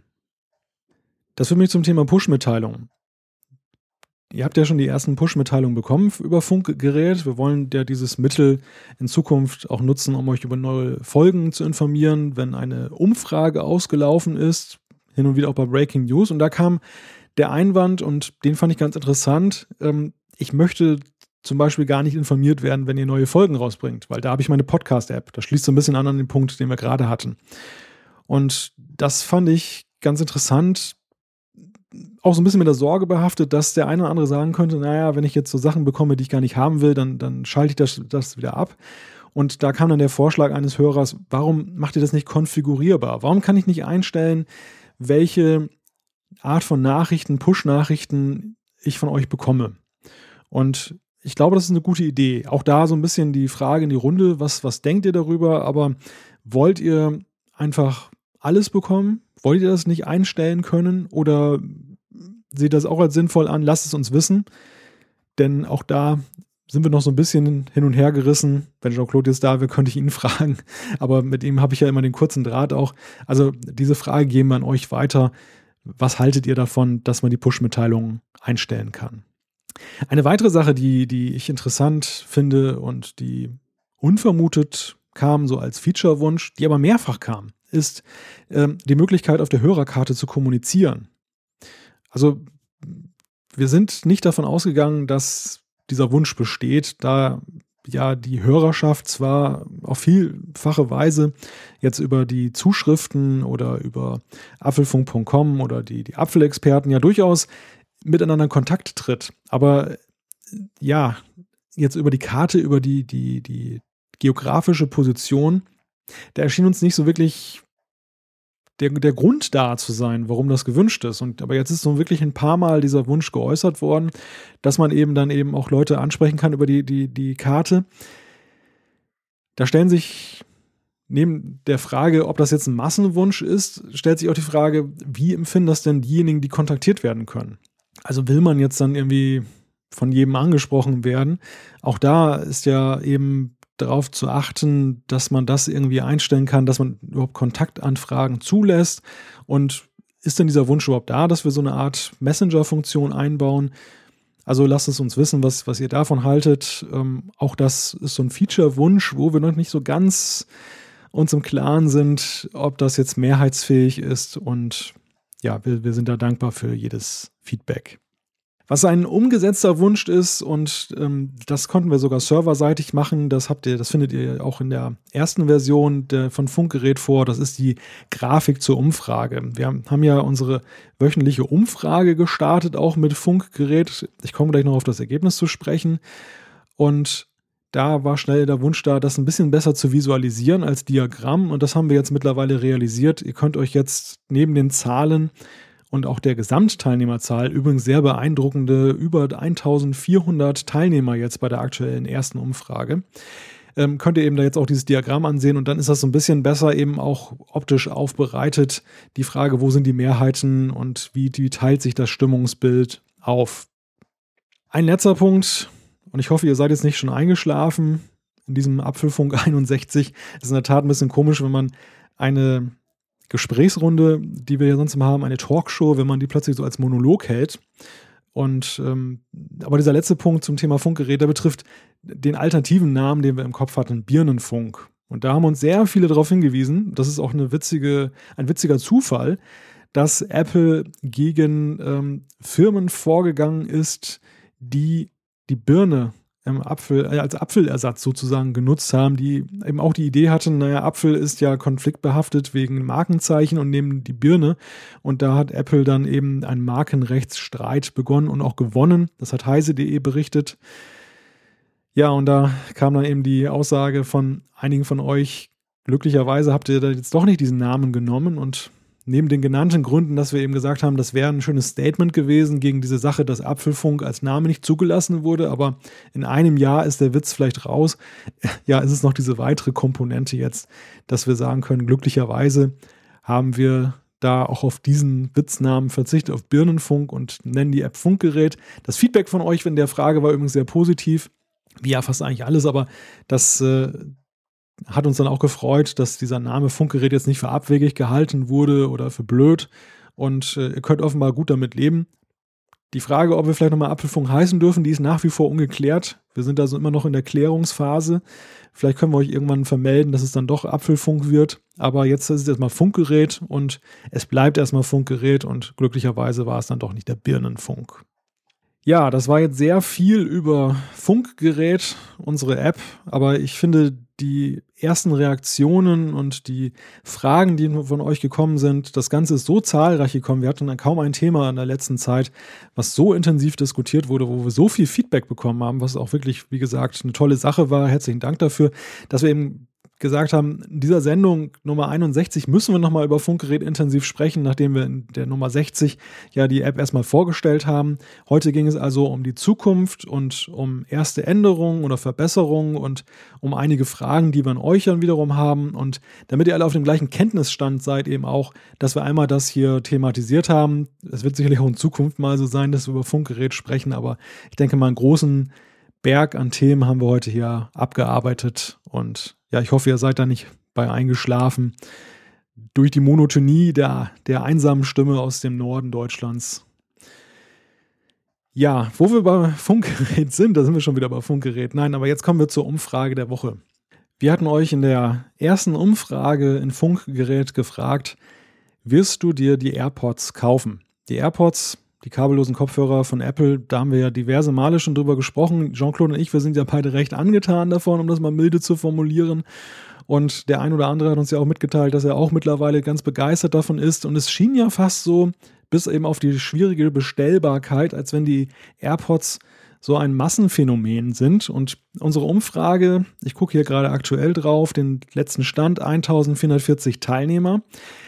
Das führt mich zum Thema Push-Mitteilungen. Ihr habt ja schon die ersten Push-Mitteilungen bekommen über Funkgerät. Wir wollen ja dieses Mittel in Zukunft auch nutzen, um euch über neue Folgen zu informieren, wenn eine Umfrage ausgelaufen ist, hin und wieder auch bei Breaking News. Und da kam der Einwand, und den fand ich ganz interessant, ähm, ich möchte zum Beispiel gar nicht informiert werden, wenn ihr neue Folgen rausbringt, weil da habe ich meine Podcast-App. Das schließt so ein bisschen an an den Punkt, den wir gerade hatten. Und das fand ich ganz interessant, auch so ein bisschen mit der Sorge behaftet, dass der eine oder andere sagen könnte, naja, wenn ich jetzt so Sachen bekomme, die ich gar nicht haben will, dann, dann schalte ich das, das wieder ab. Und da kam dann der Vorschlag eines Hörers, warum macht ihr das nicht konfigurierbar? Warum kann ich nicht einstellen, welche Art von Nachrichten, Push-Nachrichten ich von euch bekomme? Und ich glaube, das ist eine gute Idee. Auch da so ein bisschen die Frage in die Runde, was, was denkt ihr darüber? Aber wollt ihr einfach alles bekommen? Wollt ihr das nicht einstellen können? Oder seht das auch als sinnvoll an? Lasst es uns wissen. Denn auch da sind wir noch so ein bisschen hin und her gerissen. Wenn Jean-Claude jetzt da wäre, könnte ich ihn fragen. Aber mit ihm habe ich ja immer den kurzen Draht auch. Also diese Frage geben wir an euch weiter. was haltet ihr davon, dass man die Push-Mitteilungen einstellen kann? Eine weitere Sache, die, die ich interessant finde und die unvermutet kam, so als Feature-Wunsch, die aber mehrfach kam, ist ähm, die Möglichkeit, auf der Hörerkarte zu kommunizieren. Also wir sind nicht davon ausgegangen, dass dieser Wunsch besteht, da ja die Hörerschaft zwar auf vielfache Weise jetzt über die Zuschriften oder über apfelfunk punkt com oder die, die Apfelexperten ja durchaus miteinander in Kontakt tritt, aber ja, jetzt über die Karte, über die, die, die geografische Position, da erschien uns nicht so wirklich der, der Grund da zu sein, warum das gewünscht ist. Und aber jetzt ist so wirklich ein paar Mal dieser Wunsch geäußert worden, dass man eben dann eben auch Leute ansprechen kann über die, die, die Karte. Da stellen sich neben der Frage, ob das jetzt ein Massenwunsch ist, stellt sich auch die Frage, wie empfinden das denn diejenigen, die kontaktiert werden können? Also will man jetzt dann irgendwie von jedem angesprochen werden? Auch da ist ja eben darauf zu achten, dass man das irgendwie einstellen kann, dass man überhaupt Kontaktanfragen zulässt. Und ist denn dieser Wunsch überhaupt da, dass wir so eine Art Messenger-Funktion einbauen? Also lasst es uns wissen, was, was ihr davon haltet. Ähm, auch das ist so ein Feature-Wunsch, wo wir noch nicht so ganz uns im Klaren sind, ob das jetzt mehrheitsfähig ist. Und ja, wir, wir sind da dankbar für jedes Feedback. Was ein umgesetzter Wunsch ist, und ähm, das konnten wir sogar serverseitig machen, das habt ihr, das findet ihr auch in der ersten Version der, von Funkgerät vor, das ist die Grafik zur Umfrage. Wir haben ja unsere wöchentliche Umfrage gestartet, auch mit Funkgerät. Ich komme gleich noch auf das Ergebnis zu sprechen. Und da war schnell der Wunsch da, das ein bisschen besser zu visualisieren als Diagramm. Und das haben wir jetzt mittlerweile realisiert. Ihr könnt euch jetzt neben den Zahlen und auch der Gesamtteilnehmerzahl, übrigens sehr beeindruckende, über eintausendvierhundert Teilnehmer jetzt bei der aktuellen ersten Umfrage, ähm, könnt ihr eben da jetzt auch dieses Diagramm ansehen, und dann ist das so ein bisschen besser eben auch optisch aufbereitet, die Frage, wo sind die Mehrheiten und wie, wie teilt sich das Stimmungsbild auf. Ein letzter Punkt, und ich hoffe, ihr seid jetzt nicht schon eingeschlafen in diesem Apfelfunk einundsechzig. Es ist in der Tat ein bisschen komisch, wenn man eine Gesprächsrunde, die wir ja sonst immer haben, eine Talkshow, wenn man die plötzlich so als Monolog hält. Und ähm, aber dieser letzte Punkt zum Thema Funkgerät, der betrifft den alternativen Namen, den wir im Kopf hatten, Birnenfunk. Und da haben uns sehr viele darauf hingewiesen, das ist auch eine witzige, ein witziger Zufall, dass Apple gegen ähm, Firmen vorgegangen ist, die die Birne im Apfel, äh, als Apfelersatz sozusagen genutzt haben, die eben auch die Idee hatten, naja, Apfel ist ja konfliktbehaftet wegen Markenzeichen und nehmen die Birne. Und da hat Apple dann eben einen Markenrechtsstreit begonnen und auch gewonnen. Das hat heise punkt de berichtet. Ja, und da kam dann eben die Aussage von einigen von euch, glücklicherweise habt ihr da jetzt doch nicht diesen Namen genommen, und neben den genannten Gründen, dass wir eben gesagt haben, das wäre ein schönes Statement gewesen gegen diese Sache, dass Apfelfunk als Name nicht zugelassen wurde, aber in einem Jahr ist der Witz vielleicht raus. Ja, ist es noch diese weitere Komponente jetzt, dass wir sagen können, glücklicherweise haben wir da auch auf diesen Witznamen verzichtet, auf Birnenfunk, und nennen die App Funkgerät. Das Feedback von euch in der Frage war übrigens sehr positiv, wie ja fast eigentlich alles, aber das äh, hat uns dann auch gefreut, dass dieser Name Funkgerät jetzt nicht für abwegig gehalten wurde oder für blöd, und äh, ihr könnt offenbar gut damit leben. Die Frage, ob wir vielleicht nochmal Apfelfunk heißen dürfen, die ist nach wie vor ungeklärt. Wir sind also immer noch in der Klärungsphase. Vielleicht können wir euch irgendwann vermelden, dass es dann doch Apfelfunk wird, aber jetzt ist es erstmal Funkgerät, und es bleibt erstmal Funkgerät, und glücklicherweise war es dann doch nicht der Birnenfunk. Ja, das war jetzt sehr viel über Funkgerät, unsere App, aber ich finde, die ersten Reaktionen und die Fragen, die von euch gekommen sind, das Ganze ist so zahlreich gekommen. Wir hatten dann kaum ein Thema in der letzten Zeit, was so intensiv diskutiert wurde, wo wir so viel Feedback bekommen haben, was auch wirklich, wie gesagt, eine tolle Sache war. Herzlichen Dank dafür, dass wir eben gesagt haben, in dieser Sendung Nummer einundsechzig müssen wir nochmal über Funkgerät intensiv sprechen, nachdem wir in der Nummer sechzig ja die App erstmal vorgestellt haben. Heute ging es also um die Zukunft und um erste Änderungen oder Verbesserungen und um einige Fragen, die wir an euch dann wiederum haben. Und damit ihr alle auf dem gleichen Kenntnisstand seid, eben auch, dass wir einmal das hier thematisiert haben. Es wird sicherlich auch in Zukunft mal so sein, dass wir über Funkgerät sprechen, aber ich denke mal, einen großen Berg an Themen haben wir heute hier abgearbeitet, und ja, ich hoffe, ihr seid da nicht bei eingeschlafen. durch die Monotonie der, der einsamen Stimme aus dem Norden Deutschlands. Ja, wo wir bei Funkgerät sind, da sind wir schon wieder bei Funkgerät. Nein, aber jetzt kommen wir zur Umfrage der Woche. Wir hatten euch in der ersten Umfrage in Funkgerät gefragt, wirst du dir die AirPods kaufen? Die AirPods, die kabellosen Kopfhörer von Apple, da haben wir ja diverse Male schon drüber gesprochen. Jean-Claude und ich, wir sind ja beide recht angetan davon, um das mal milde zu formulieren. Und der ein oder andere hat uns ja auch mitgeteilt, dass er auch mittlerweile ganz begeistert davon ist. Und es schien ja fast so, bis eben auf die schwierige Bestellbarkeit, als wenn die AirPods so ein Massenphänomen sind. Und unsere Umfrage, ich gucke hier gerade aktuell drauf, den letzten Stand, eintausendvierhundertvierzig Teilnehmer.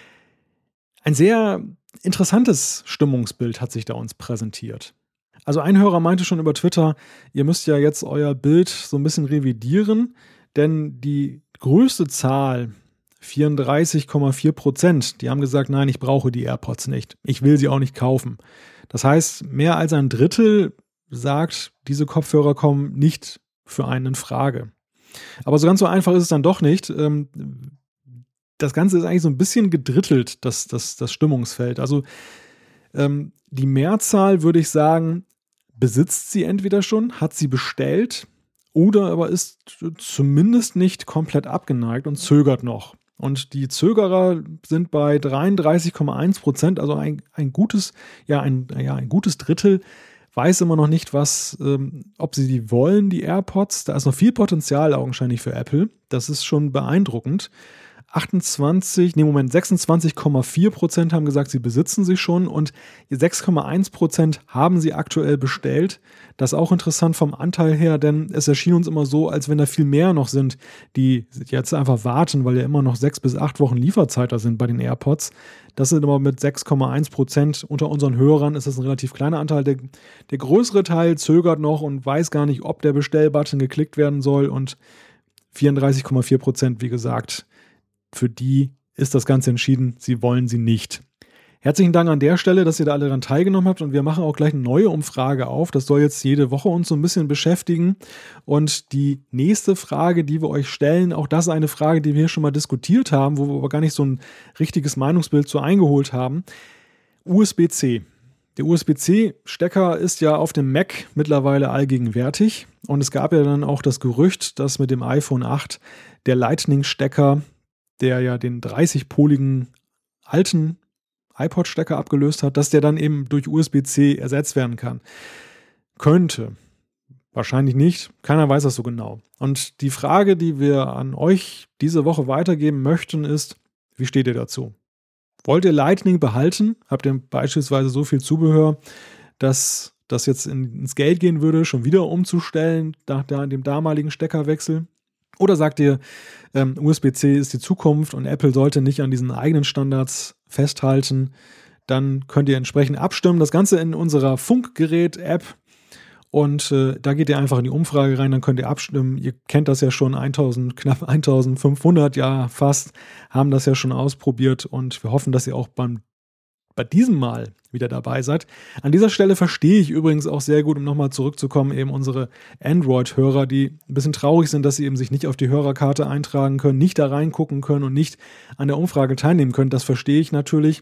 Ein sehr interessantes Stimmungsbild hat sich da uns präsentiert. Also ein Hörer meinte schon über Twitter, ihr müsst ja jetzt euer Bild so ein bisschen revidieren, denn die größte Zahl, vierunddreißig Komma vier Prozent, die haben gesagt, nein, ich brauche die AirPods nicht. Ich will sie auch nicht kaufen. Das heißt, mehr als ein Drittel sagt, diese Kopfhörer kommen nicht für einen in Frage. Aber so ganz so einfach ist es dann doch nicht. Das Ganze ist eigentlich so ein bisschen gedrittelt, das, das, das Stimmungsfeld. Also die Mehrzahl, würde ich sagen, besitzt sie entweder schon, hat sie bestellt oder aber ist zumindest nicht komplett abgeneigt und zögert noch. Und die Zögerer sind bei dreiunddreißig Komma eins Prozent, also ein, ein gutes, ja, ein, ja, ein gutes Drittel weiß immer noch nicht, was, ähm, ob sie die wollen, die AirPods. Da ist noch viel Potenzial augenscheinlich für Apple. Das ist schon beeindruckend. achtundzwanzig, nee, Moment, sechsundzwanzig Komma vier Prozent haben gesagt, sie besitzen sie schon und sechs Komma eins Prozent haben sie aktuell bestellt. Das ist auch interessant vom Anteil her, denn es erschien uns immer so, als wenn da viel mehr noch sind, die jetzt einfach warten, weil ja immer noch sechs bis acht Wochen Lieferzeit da sind bei den AirPods. Das sind aber mit sechs Komma eins Prozent unter unseren Hörern ist das ein relativ kleiner Anteil. Der, der größere Teil zögert noch und weiß gar nicht, ob der Bestellbutton geklickt werden soll und vierunddreißig Komma vier Prozent, wie gesagt, für die ist das Ganze entschieden, sie wollen sie nicht. Herzlichen Dank an der Stelle, dass ihr da alle daran teilgenommen habt und wir machen auch gleich eine neue Umfrage auf. Das soll jetzt jede Woche uns so ein bisschen beschäftigen und die nächste Frage, die wir euch stellen, auch das ist eine Frage, die wir hier schon mal diskutiert haben, wo wir aber gar nicht so ein richtiges Meinungsbild zu eingeholt haben. U S B C. Der U S B C-Stecker ist ja auf dem Mac mittlerweile allgegenwärtig und es gab ja dann auch das Gerücht, dass mit dem iPhone acht der Lightning-Stecker, der ja den dreißig-poligen alten iPod-Stecker abgelöst hat, dass der dann eben durch U S B C ersetzt werden kann. Könnte. Wahrscheinlich nicht. Keiner weiß das so genau. Und die Frage, die wir an euch diese Woche weitergeben möchten, ist, wie steht ihr dazu? Wollt ihr Lightning behalten? Habt ihr beispielsweise so viel Zubehör, dass das jetzt ins Geld gehen würde, schon wieder umzustellen nach dem damaligen Steckerwechsel? Oder sagt ihr, ähm, U S B C ist die Zukunft und Apple sollte nicht an diesen eigenen Standards festhalten? Dann könnt ihr entsprechend abstimmen. Das Ganze in unserer Funkgerät-App. Und äh, da geht ihr einfach in die Umfrage rein, dann könnt ihr abstimmen. Ihr kennt das ja schon, tausend, knapp eintausendfünfhundert, ja fast, haben das ja schon ausprobiert. Und wir hoffen, dass ihr auch beim bei diesem Mal wieder dabei seid. An dieser Stelle verstehe ich übrigens auch sehr gut, um nochmal zurückzukommen, eben unsere Android-Hörer, die ein bisschen traurig sind, dass sie eben sich nicht auf die Hörerkarte eintragen können, nicht da reingucken können und nicht an der Umfrage teilnehmen können. Das verstehe ich natürlich.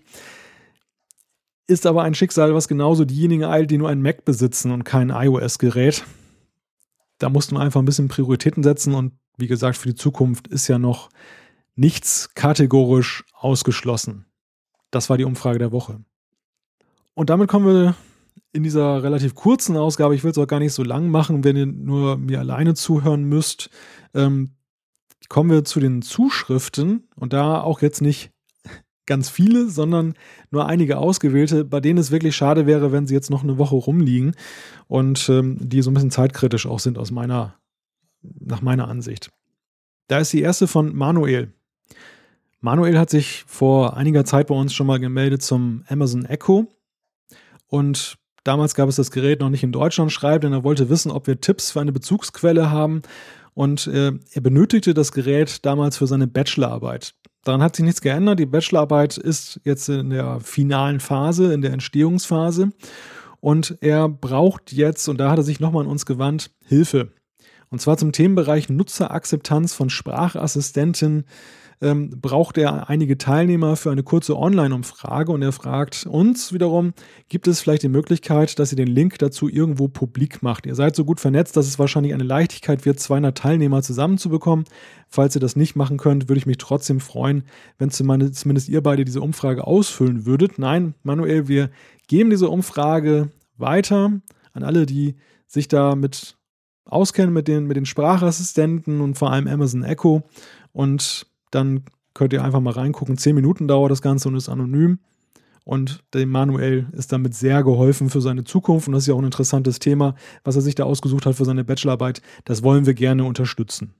Ist aber ein Schicksal, was genauso diejenigen eilt, die nur ein Mac besitzen und kein iOS-Gerät. Da mussten wir einfach ein bisschen Prioritäten setzen und wie gesagt, für die Zukunft ist ja noch nichts kategorisch ausgeschlossen. Das war die Umfrage der Woche. Und damit kommen wir in dieser relativ kurzen Ausgabe, ich will es auch gar nicht so lang machen, wenn ihr nur mir alleine zuhören müsst, ähm, kommen wir zu den Zuschriften und da auch jetzt nicht ganz viele, sondern nur einige ausgewählte, bei denen es wirklich schade wäre, wenn sie jetzt noch eine Woche rumliegen und ähm, die so ein bisschen zeitkritisch auch sind aus meiner, nach meiner Ansicht. Da ist die erste von Manuel. Manuel hat sich vor einiger Zeit bei uns schon mal gemeldet zum Amazon Echo und damals gab es das Gerät noch nicht in Deutschland, schreibt, denn er wollte wissen, ob wir Tipps für eine Bezugsquelle haben und äh, er benötigte das Gerät damals für seine Bachelorarbeit. Daran hat sich nichts geändert, die Bachelorarbeit ist jetzt in der finalen Phase, in der Entstehungsphase und er braucht jetzt, und da hat er sich nochmal an uns gewandt, Hilfe. Und zwar zum Themenbereich Nutzerakzeptanz von Sprachassistenten ähm, braucht er einige Teilnehmer für eine kurze Online-Umfrage und er fragt uns wiederum, gibt es vielleicht die Möglichkeit, dass ihr den Link dazu irgendwo publik macht? Ihr seid so gut vernetzt, dass es wahrscheinlich eine Leichtigkeit wird, zweihundert Teilnehmer zusammenzubekommen. Falls ihr das nicht machen könnt, würde ich mich trotzdem freuen, wenn zumindest ihr beide diese Umfrage ausfüllen würdet. Nein, Manuel, wir geben diese Umfrage weiter an alle, die sich da mit auskennen mit den, mit den Sprachassistenten und vor allem Amazon Echo. Und dann könnt ihr einfach mal reingucken. Zehn Minuten dauert das Ganze und ist anonym. Und dem Manuel ist damit sehr geholfen für seine Zukunft. Und das ist ja auch ein interessantes Thema, was er sich da ausgesucht hat für seine Bachelorarbeit. Das wollen wir gerne unterstützen.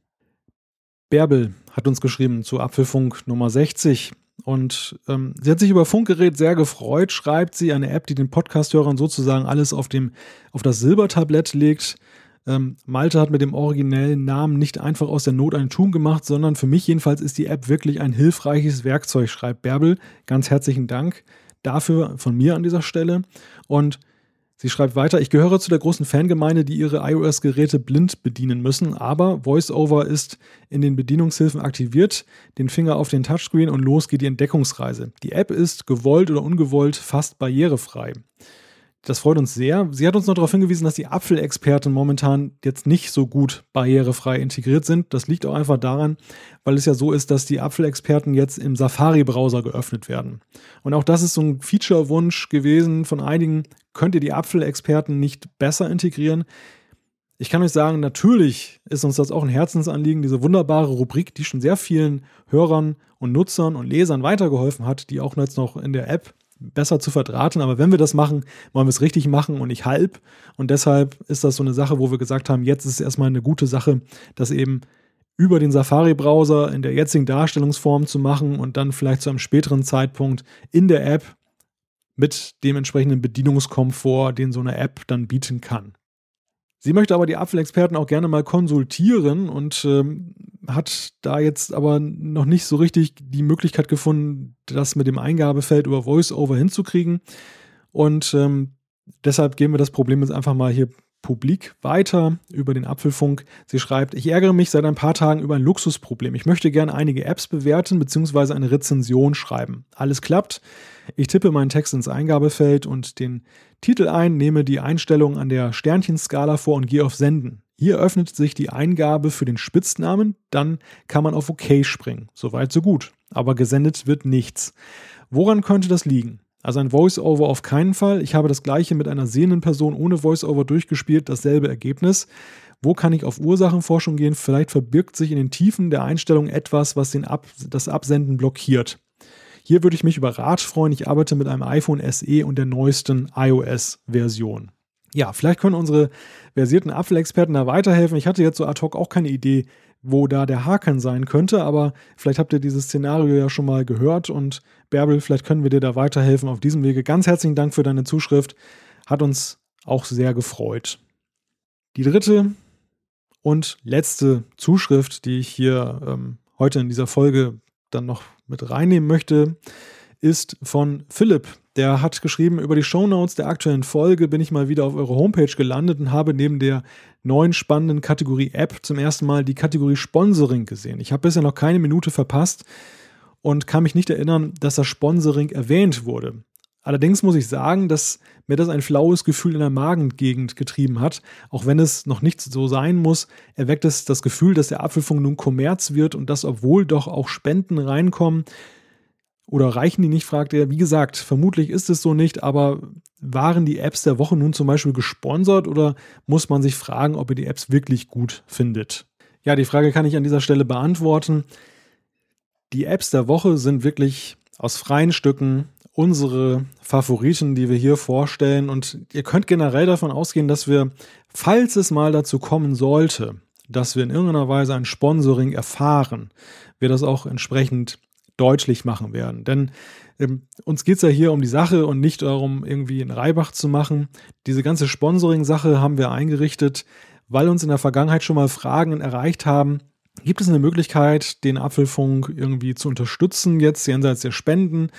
Bärbel hat uns geschrieben zu Apfelfunk Nummer sechzig. Und ähm, sie hat sich über Funkgerät sehr gefreut, schreibt sie, eine App, die den Podcast-Hörern sozusagen alles auf, dem, auf das Silbertablett legt. Ähm, Malte hat mit dem originellen Namen nicht einfach aus der Not ein Tun gemacht, sondern für mich jedenfalls ist die App wirklich ein hilfreiches Werkzeug, schreibt Bärbel. Ganz herzlichen Dank dafür von mir an dieser Stelle. Und sie schreibt weiter, ich gehöre zu der großen Fangemeinde, die ihre iOS-Geräte blind bedienen müssen, aber VoiceOver ist in den Bedienungshilfen aktiviert, den Finger auf den Touchscreen und los geht die Entdeckungsreise. Die App ist, gewollt oder ungewollt, fast barrierefrei. Das freut uns sehr. Sie hat uns noch darauf hingewiesen, dass die Apfelexperten momentan jetzt nicht so gut barrierefrei integriert sind. Das liegt auch einfach daran, weil es ja so ist, dass die Apfelexperten jetzt im Safari-Browser geöffnet werden. Und auch das ist so ein Feature-Wunsch gewesen von einigen. Könnt ihr die Apfelexperten nicht besser integrieren? Ich kann euch sagen, natürlich ist uns das auch ein Herzensanliegen, diese wunderbare Rubrik, die schon sehr vielen Hörern und Nutzern und Lesern weitergeholfen hat, die auch jetzt noch in der App besser zu verdrahten, aber wenn wir das machen, wollen wir es richtig machen und nicht halb und deshalb ist das so eine Sache, wo wir gesagt haben, jetzt ist es erstmal eine gute Sache, das eben über den Safari-Browser in der jetzigen Darstellungsform zu machen und dann vielleicht zu einem späteren Zeitpunkt in der App mit dem entsprechenden Bedienungskomfort, den so eine App dann bieten kann. Sie möchte aber die Apfelexperten auch gerne mal konsultieren und ähm, hat da jetzt aber noch nicht so richtig die Möglichkeit gefunden, das mit dem Eingabefeld über VoiceOver hinzukriegen. Und ähm, deshalb geben wir das Problem jetzt einfach mal hier publik weiter über den Apfelfunk. Sie schreibt, ich ärgere mich seit ein paar Tagen über ein Luxusproblem. Ich möchte gerne einige Apps bewerten bzw. eine Rezension schreiben. Alles klappt. Ich tippe meinen Text ins Eingabefeld und den Titel ein, nehme die Einstellung an der Sternchenskala vor und gehe auf Senden. Hier öffnet sich die Eingabe für den Spitznamen, dann kann man auf OK springen. Soweit, so gut. Aber gesendet wird nichts. Woran könnte das liegen? Also ein Voice-Over auf keinen Fall. Ich habe das gleiche mit einer sehenden Person ohne Voice-Over durchgespielt, dasselbe Ergebnis. Wo kann ich auf Ursachenforschung gehen? Vielleicht verbirgt sich in den Tiefen der Einstellung etwas, was den Ab- das Absenden blockiert. Hier würde ich mich über Rat freuen. Ich arbeite mit einem iPhone S E und der neuesten iOS-Version. Ja, vielleicht können unsere versierten Apfelexperten da weiterhelfen. Ich hatte jetzt so ad hoc auch keine Idee, wo da der Haken sein könnte, aber vielleicht habt ihr dieses Szenario ja schon mal gehört und Bärbel, vielleicht können wir dir da weiterhelfen auf diesem Wege. Ganz herzlichen Dank für deine Zuschrift, hat uns auch sehr gefreut. Die dritte und letzte Zuschrift, die ich hier ähm, heute in dieser Folge dann noch mit reinnehmen möchte, ist von Philipp. Der hat geschrieben, über die Shownotes der aktuellen Folge bin ich mal wieder auf eure Homepage gelandet und habe neben der neuen spannenden Kategorie App zum ersten Mal die Kategorie Sponsoring gesehen. Ich habe bisher noch keine Minute verpasst und kann mich nicht erinnern, dass das Sponsoring erwähnt wurde. Allerdings muss ich sagen, dass mir das ein flaues Gefühl in der Magengegend getrieben hat. Auch wenn es noch nicht so sein muss, erweckt es das Gefühl, dass der Apfelfunk nun Kommerz wird und dass, obwohl doch auch Spenden reinkommen, oder reichen die nicht, fragt er. Wie gesagt, vermutlich ist es so nicht, aber waren die Apps der Woche nun zum Beispiel gesponsert oder muss man sich fragen, ob ihr die Apps wirklich gut findet? Ja, die Frage kann ich an dieser Stelle beantworten. Die Apps der Woche sind wirklich aus freien Stücken unsere Favoriten, die wir hier vorstellen und ihr könnt generell davon ausgehen, dass wir, falls es mal dazu kommen sollte, dass wir in irgendeiner Weise ein Sponsoring erfahren, wir das auch entsprechend deutlich machen werden. Denn ähm, uns geht es ja hier um die Sache und nicht darum, irgendwie einen Reibach zu machen. Diese ganze Sponsoring-Sache haben wir eingerichtet, weil uns in der Vergangenheit schon mal Fragen erreicht haben, gibt es eine Möglichkeit, den Apfelfunk irgendwie zu unterstützen, jetzt jenseits der Spenden?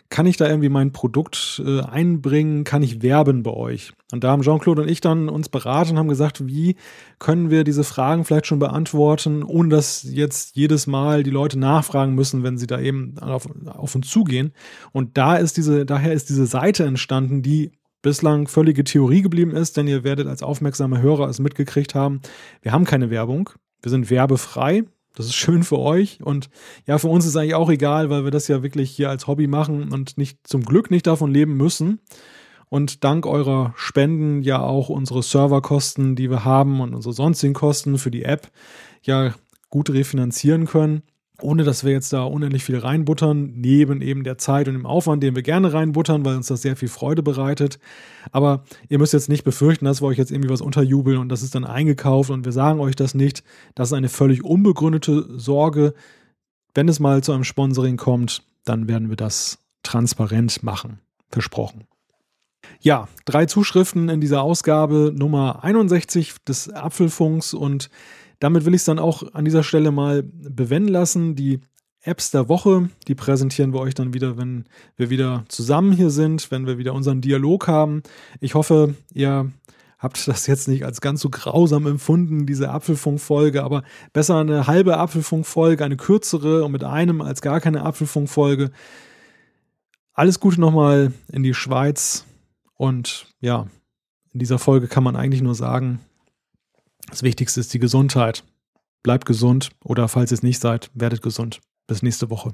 kann ich da irgendwie mein Produkt äh, einbringen, kann ich werben bei euch? Und da haben Jean-Claude und ich dann uns beraten und haben gesagt, wie können wir diese Fragen vielleicht schon beantworten, ohne dass jetzt jedes Mal die Leute nachfragen müssen, wenn sie da eben auf, auf uns zugehen. Und da ist diese, daher ist diese Seite entstanden, die bislang völlige Theorie geblieben ist, denn ihr werdet als aufmerksame Hörer es mitgekriegt haben, wir haben keine Werbung, wir sind werbefrei. Das ist schön für euch und ja, für uns ist eigentlich auch egal, weil wir das ja wirklich hier als Hobby machen und nicht zum Glück nicht davon leben müssen. Und dank eurer Spenden ja auch unsere Serverkosten, die wir haben und unsere sonstigen Kosten für die App ja gut refinanzieren können, ohne dass wir jetzt da unendlich viel reinbuttern, neben eben der Zeit und dem Aufwand, den wir gerne reinbuttern, weil uns das sehr viel Freude bereitet. Aber ihr müsst jetzt nicht befürchten, dass wir euch jetzt irgendwie was unterjubeln und das ist dann eingekauft und wir sagen euch das nicht. Das ist eine völlig unbegründete Sorge. Wenn es mal zu einem Sponsoring kommt, dann werden wir das transparent machen. Versprochen. Ja, drei Zuschriften in dieser Ausgabe Nummer einundsechzig des Apfelfunks und damit will ich es dann auch an dieser Stelle mal bewenden lassen. Die Apps der Woche, die präsentieren wir euch dann wieder, wenn wir wieder zusammen hier sind, wenn wir wieder unseren Dialog haben. Ich hoffe, ihr habt das jetzt nicht als ganz so grausam empfunden, diese Apfelfunk-Folge, aber besser eine halbe Apfelfunk-Folge, eine kürzere und mit einem als gar keine Apfelfunk-Folge. Alles Gute nochmal in die Schweiz und ja, in dieser Folge kann man eigentlich nur sagen, das Wichtigste ist die Gesundheit. Bleibt gesund oder falls ihr es nicht seid, werdet gesund. Bis nächste Woche.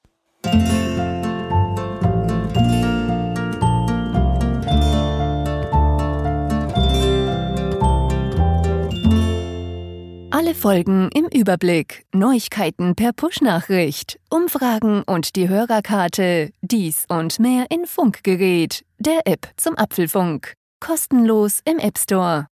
Alle Folgen im Überblick, Neuigkeiten per Push-Nachricht, Umfragen und die Hörerkarte, dies und mehr in Funkgerät, der App zum Apfelfunk. Kostenlos im App Store.